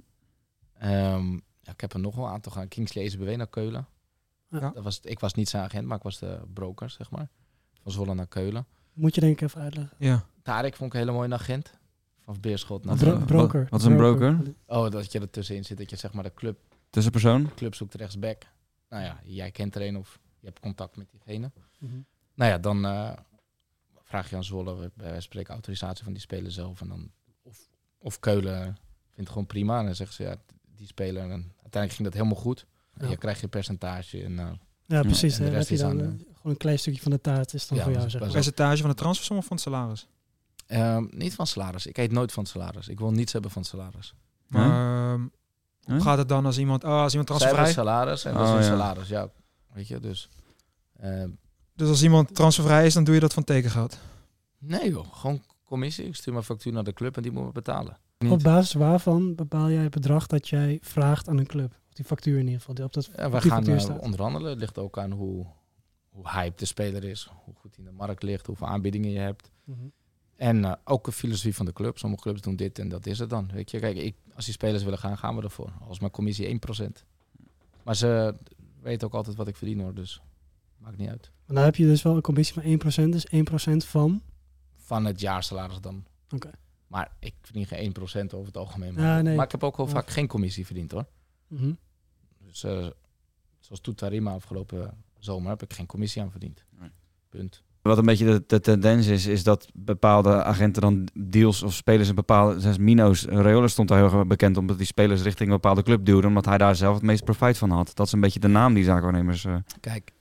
Um, ja, ik heb er nog wel een aantal gaan. Kingsley S B W naar Keulen. Ja. Dat was, ik was niet zijn agent, maar ik was de broker, zeg maar. Van Zwolle naar Keulen. Moet je denk ik even uitleggen. Ja. Tarek vond ik een hele mooie agent. Van Beerschot naar Bro- broker. Wat is een broker? Oh, dat je er tussenin zit. Dat je zeg maar de club... Tussenpersoon? De club zoekt rechtsback. Nou ja, jij kent er een of je hebt contact met diegene. Mm-hmm. Nou ja, dan uh, vraag je aan Zwolle, wij spreken autorisatie van die speler zelf. En dan, of, of Keulen vindt het gewoon prima. En dan zeggen ze, ja, die speler. En uiteindelijk ging dat helemaal goed. Ja. Je krijgt je percentage. En, uh, ja, precies. En de rest heb je dan is aan, uh, gewoon een klein stukje van de taart is dan ja, voor jou. Zeg maar. Percentage van de transfersom of van het salaris? Um, niet van salaris. Ik eet nooit van salaris. Ik wil niets hebben van salaris. Maar um, huh? Hoe gaat het dan als iemand, oh, als iemand transfervrij? Zij salaris en dat oh, is een ja. salaris. Ja, weet je, dus... Uh, dus als iemand transfervrij is, dan doe je dat van tekengeld? Nee joh, gewoon commissie. Ik stuur mijn factuur naar de club en die moet me betalen. Op basis waarvan bepaal jij het bedrag dat jij vraagt aan een club? Die factuur in ieder geval. Die op dat, ja, op wij die gaan factuur uh, onderhandelen. Het ligt ook aan hoe, hoe hype de speler is. Hoe goed hij in de markt ligt. Hoeveel aanbiedingen je hebt. Mm-hmm. En uh, ook de filosofie van de club. Sommige clubs doen dit en dat is het dan. Weet je, kijk, ik, als die spelers willen gaan, gaan we ervoor. Als mijn commissie één procent. Maar ze weten ook altijd wat ik verdien hoor. Dus maakt niet uit. Maar dan heb je dus wel een commissie van één procent. Dus één procent van? Van het jaarsalaris dan. Oké. Okay. Maar ik verdien geen één procent over het algemeen. Ja, nee. Maar ik heb ook wel ja. vaak geen commissie verdiend hoor. Mm-hmm. Dus uh, zoals Toutarima afgelopen zomer heb ik geen commissie aan verdiend. Nee. Punt. Wat een beetje de, de tendens is, is dat bepaalde agenten dan deals of spelers een bepaalde... Zoals Mino's, Raiola stond daar heel erg bekend omdat die spelers richting een bepaalde club duwden, omdat hij daar zelf het meest profijt van had. Dat is een beetje de naam die zaakwaarnemers... Uh... Kijk,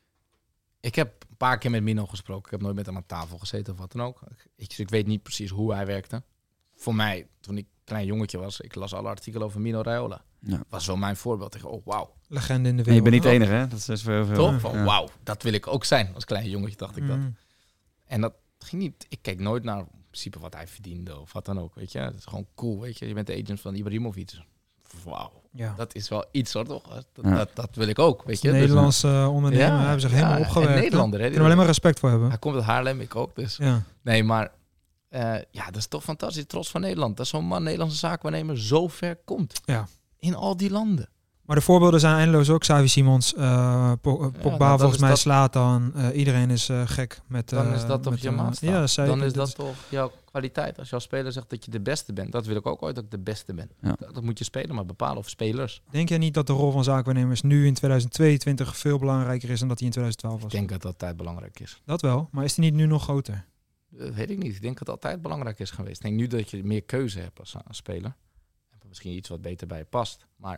ik heb een paar keer met Mino gesproken. Ik heb nooit met hem aan tafel gezeten of wat dan ook. Ik, ik weet niet precies hoe hij werkte. Voor mij, toen ik klein jongetje was, ik las alle artikelen over Mino Raiola. Ja. Was wel mijn voorbeeld. Ik dacht, oh wauw. Legende in de wereld. En je bent niet de enige, hè? Dat is veel, veel. Toch? Van ja. wauw, dat wil ik ook zijn. Als klein jongetje dacht ik dat. Mm. En dat ging niet. Ik keek nooit naar in principe wat hij verdiende of wat dan ook. Weet je, het is gewoon cool. Weet je, je bent de agent van Ibrahimovic. Wauw. Ja. Dat is wel iets hoor, toch? Dat, Ja. dat, dat wil ik ook. Weet je, Nederlandse uh, ondernemer Ja, hebben zich ja, helemaal en opgewerkt. Nederlander, hè? Daar kunnen we alleen maar respect voor hebben. Hij komt uit Haarlem, ik ook. Dus. Ja. Nee, maar uh, ja, dat is toch fantastisch. Trots van Nederland. Dat zo'n man, Nederlandse zaakwaarnemer, zo ver komt. Ja. In al die landen. Maar de voorbeelden zijn eindeloos ook. Xavi Simons, uh, Po- Pogba, nou, volgens mij dat- Zlatan. Uh, iedereen is uh, gek met... Uh, Dan is dat toch met, je uh, maatstaf. Ja, zeker. Dan is Dit dat toch jouw kwaliteit. Als jouw speler zegt dat je de beste bent. Dat wil ik ook ooit dat ik de beste ben. Ja. Dat, dat moet je spelen maar bepalen. Of spelers. Denk jij niet dat de rol van zaakwaarnemers nu in tweeduizend tweeëntwintig veel belangrijker is dan dat hij in tweeduizend twaalf was? Ik denk dat dat altijd belangrijk is. Dat wel, maar is die niet nu nog groter? Dat weet ik niet. Ik denk dat het altijd belangrijk is geweest. Ik denk nu dat je meer keuze hebt als, als speler. Misschien iets wat beter bij je past. Maar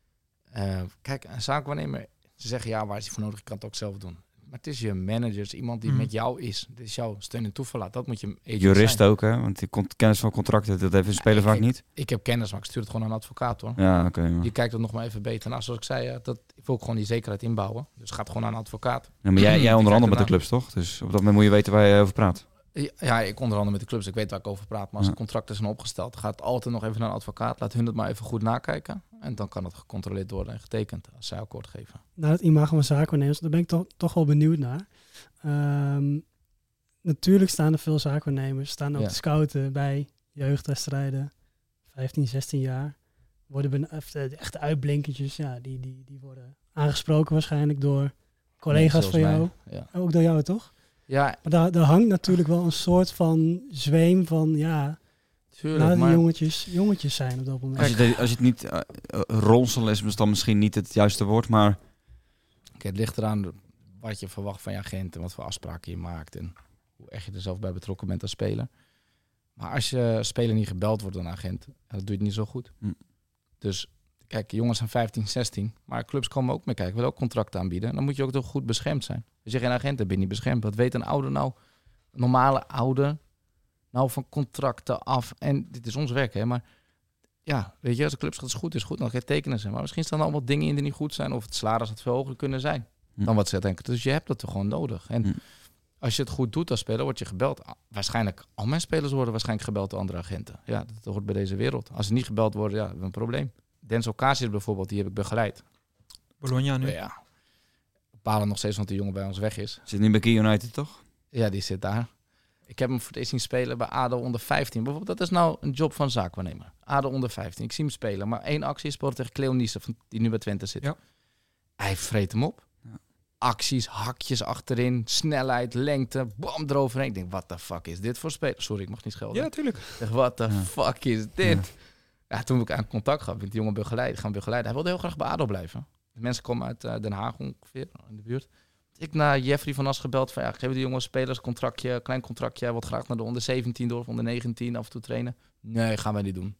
uh, kijk, een zaakwaarnemer, ze zeggen ja, waar is hij voor nodig? Je kan het ook zelf doen. Maar het is je manager, is iemand die Mm. met jou is. Dit is jouw steun en toeverlaat. Dat moet je agent Jurist zijn. ook, hè? Want die kont- kennis van contracten, dat heeft een speler Ja, vaak ik- niet. Ik heb kennis, maar ik stuur het gewoon aan een advocaat hoor. Ja, oké. Okay, Die kijkt het nog maar even beter. Nou, zoals ik zei, ja, dat, ik wil ook gewoon die zekerheid inbouwen. Dus gaat gewoon aan een advocaat. ja, maar jij, jij Die onderhandelt met de kijkt clubs, toch? Dus op dat moment moet je weten waar je over praat. Ja, ik onderhandel met de clubs. Ik weet waar ik over praat. Maar als Ja. de contracten zijn opgesteld, gaat het altijd nog even naar een advocaat. Laat hun het maar even goed nakijken. En dan kan het gecontroleerd worden en getekend als zij akkoord geven. Naar het imago van zaakwaarnemers, daar ben ik toch, toch wel benieuwd naar. Um, natuurlijk staan er veel zaakwaarnemers. Staan ook Ja. te scouten bij jeugdwedstrijden. vijftien, zestien jaar. Worden ben, de echte uitblinkertjes, ja, die, die, die worden aangesproken waarschijnlijk door collega's Nee, van jou. mij, ja. Ook door jou, toch? Ja, Maar daar, daar hangt natuurlijk wel een soort van zweem van, ja, tuurlijk. laat die Maar jongetjes, jongetjes zijn op dat moment. Als je, de- als je het niet... Uh, uh, ronselen is dan misschien niet het juiste woord, maar... kijk, het ligt eraan wat je verwacht van je agent en wat voor afspraken je maakt. En hoe echt je er zelf bij betrokken bent als speler. Maar als je speler niet gebeld wordt door een agent, ja, dat doe je het niet zo goed. Hm. Dus kijk, jongens zijn vijftien, zestien. Maar clubs komen ook mee kijken, willen ook contracten aanbieden. Dan moet je ook toch goed beschermd zijn. Als je geen agent hebt, ben je niet beschermd. Wat weet een ouder nou, een normale ouder, nou van contracten af? En dit is ons werk, hè. Maar ja, weet je, als de clubs gaat, is goed, is goed. Dan ga je tekenen zijn. Maar misschien staan er allemaal dingen in die niet goed zijn. Of het salaris had veel hoger kunnen zijn Hm. dan wat ze denken. Dus je hebt dat toch gewoon nodig. En Hm. als je het goed doet als speler, word je gebeld. Ah, Waarschijnlijk, al mijn spelers worden waarschijnlijk gebeld door andere agenten. Ja, dat hoort bij deze wereld. Als ze niet gebeld worden, ja, hebben we een probleem. Denzel Casius bijvoorbeeld, die heb ik begeleid. Bologna nu. Ja, we bepalen nog steeds want die jongen bij ons weg is. Zit niet bij Key United, toch? Ja, die zit daar. Ik heb hem voor het eerst zien spelen bij A D O onder vijftien. Bijvoorbeeld, dat is nou een job van zaakwaarnemer. A D O onder vijftien. Ik zie hem spelen, maar één actie speelt tegen Cleonice, van- die nu bij Twente zit. Ja. Hij vreet hem op. Ja. Acties, hakjes achterin, snelheid, lengte, bam, eroverheen. Ik denk, wat de fuck is dit voor speler? Sorry, ik mag niet schelden. Ja, tuurlijk. Ik zeg, wat de Ja. fuck is dit? Ja. Toen heb ik aan contact gehad met die jongen begeleid, gaan begeleiden. Hij wilde heel graag bij A D O blijven. De mensen komen uit uh, Den Haag ongeveer, in de buurt. Ik naar Jeffrey van As gebeld van, ja, geef die jongen spelers contractje, klein contractje. Hij wil graag naar de onder zeventien door of onder negentien af en toe trainen. Nee, gaan wij niet doen.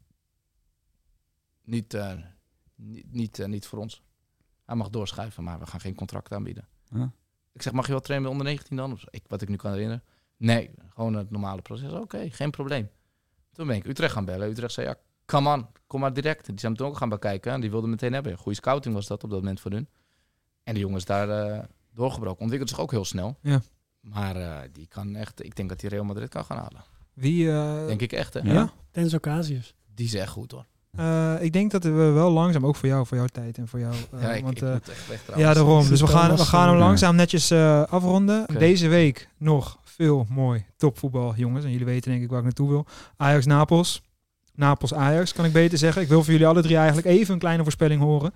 Niet, uh, niet, niet, uh, niet voor ons. Hij mag doorschuiven, maar we gaan geen contract aanbieden. Ja. Ik zeg, mag je wel trainen bij onder negentien dan? Of ik, wat ik nu kan herinneren. Nee, gewoon het normale proces. Oké, okay, geen probleem. Toen ben ik Utrecht gaan bellen. Utrecht zei, ja, come on, kom maar direct. Die zijn hem toen ook gaan bekijken en die wilden meteen hebben. Goede scouting was dat op dat moment voor hun. En de jongens daar uh, doorgebroken. Ontwikkelt zich ook heel snel. Ja. Maar uh, die kan echt, ik denk dat hij Real Madrid kan gaan halen. Wie? Uh, denk ik echt, hè? Ja. ja? Denzel Casius. Die is echt goed, hoor. Uh, ik denk dat we wel langzaam, ook voor jou, voor jouw tijd en voor jou. Uh, ja, ik, want, ik uh, moet echt weg ja, daarom. Dus we gaan, we gaan hem langzaam netjes uh, afronden. Okay. Deze week nog veel mooi topvoetbal, jongens. En jullie weten denk ik waar ik naartoe wil. Ajax-Napels. Napels-Ajax, kan ik beter zeggen. Ik wil voor jullie alle drie eigenlijk even een kleine voorspelling horen.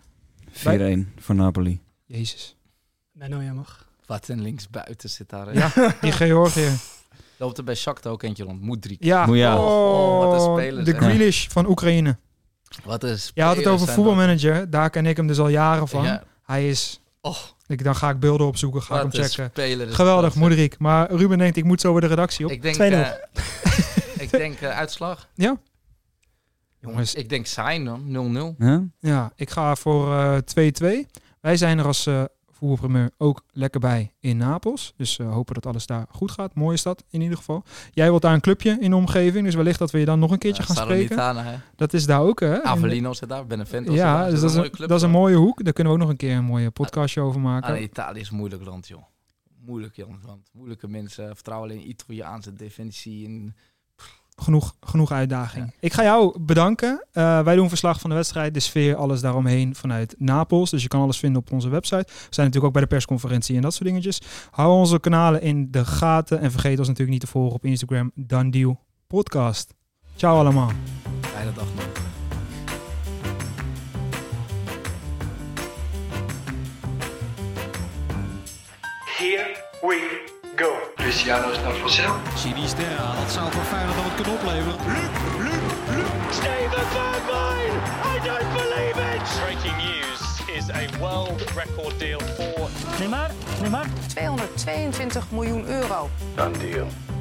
vier-een voor Napoli. Jezus. Menno, jij mag. Wat een linksbuiten zit daar. Hè? Ja, die Georgië. Loopt er bij Shakhtar ook eentje rond. Moet drie. Ja, Moeja. oh, oh, wat een speler. De Grealish van Oekraïne. Wat een Je had het over voetbalmanager. Daar ken ik hem dus al jaren van. Ja. Hij is... Oh. Ik, dan ga ik beelden opzoeken, ga wat ik hem checken. Speler geweldig, Modric. Maar Ruben denkt, ik moet zo weer de redactie op. Ik denk, twee nul. uh, ik denk uh, uitslag. Ja? Jongens. Ik denk saai dan, nul nul. Huh? Ja, ik ga voor uh, twee-twee. Wij zijn er als uh, voetbalprimeur ook lekker bij in Napels. Dus uh, hopen dat alles daar goed gaat. Mooie stad in ieder geval. Jij wilt daar een clubje in de omgeving. Dus wellicht dat we je dan nog een keertje uh, gaan spreken. Salernitana, hè? Dat is daar ook, hè? Avellino zit daar, Benevento. Ja, dus dat, is een, club, dat is een mooie hoek. Daar kunnen we ook nog een keer een mooie podcastje over maken. Ah, Italië is een moeilijk land, joh. Moeilijk, joh. Want moeilijke mensen vertrouwen alleen Italiaanse defensie in... Genoeg, genoeg uitdaging. Ja. Ik ga jou bedanken. Uh, wij doen verslag van de wedstrijd, de sfeer, alles daaromheen vanuit Napels. Dus je kan alles vinden op onze website. We zijn natuurlijk ook bij de persconferentie en dat soort dingetjes. Hou onze kanalen in de gaten. En vergeet ons natuurlijk niet te volgen op Instagram. Done Deal Podcast. Ciao allemaal. Fijne dag nog. Here we go. Luciano's naar Vassel. Sinisterra, dat zou voor Feyenoord dan wat kunnen opleveren. Steven Bergwijn! I don't believe it! Breaking news is a world record deal for tweehonderdtweeëntwintig miljoen euro. Done deal.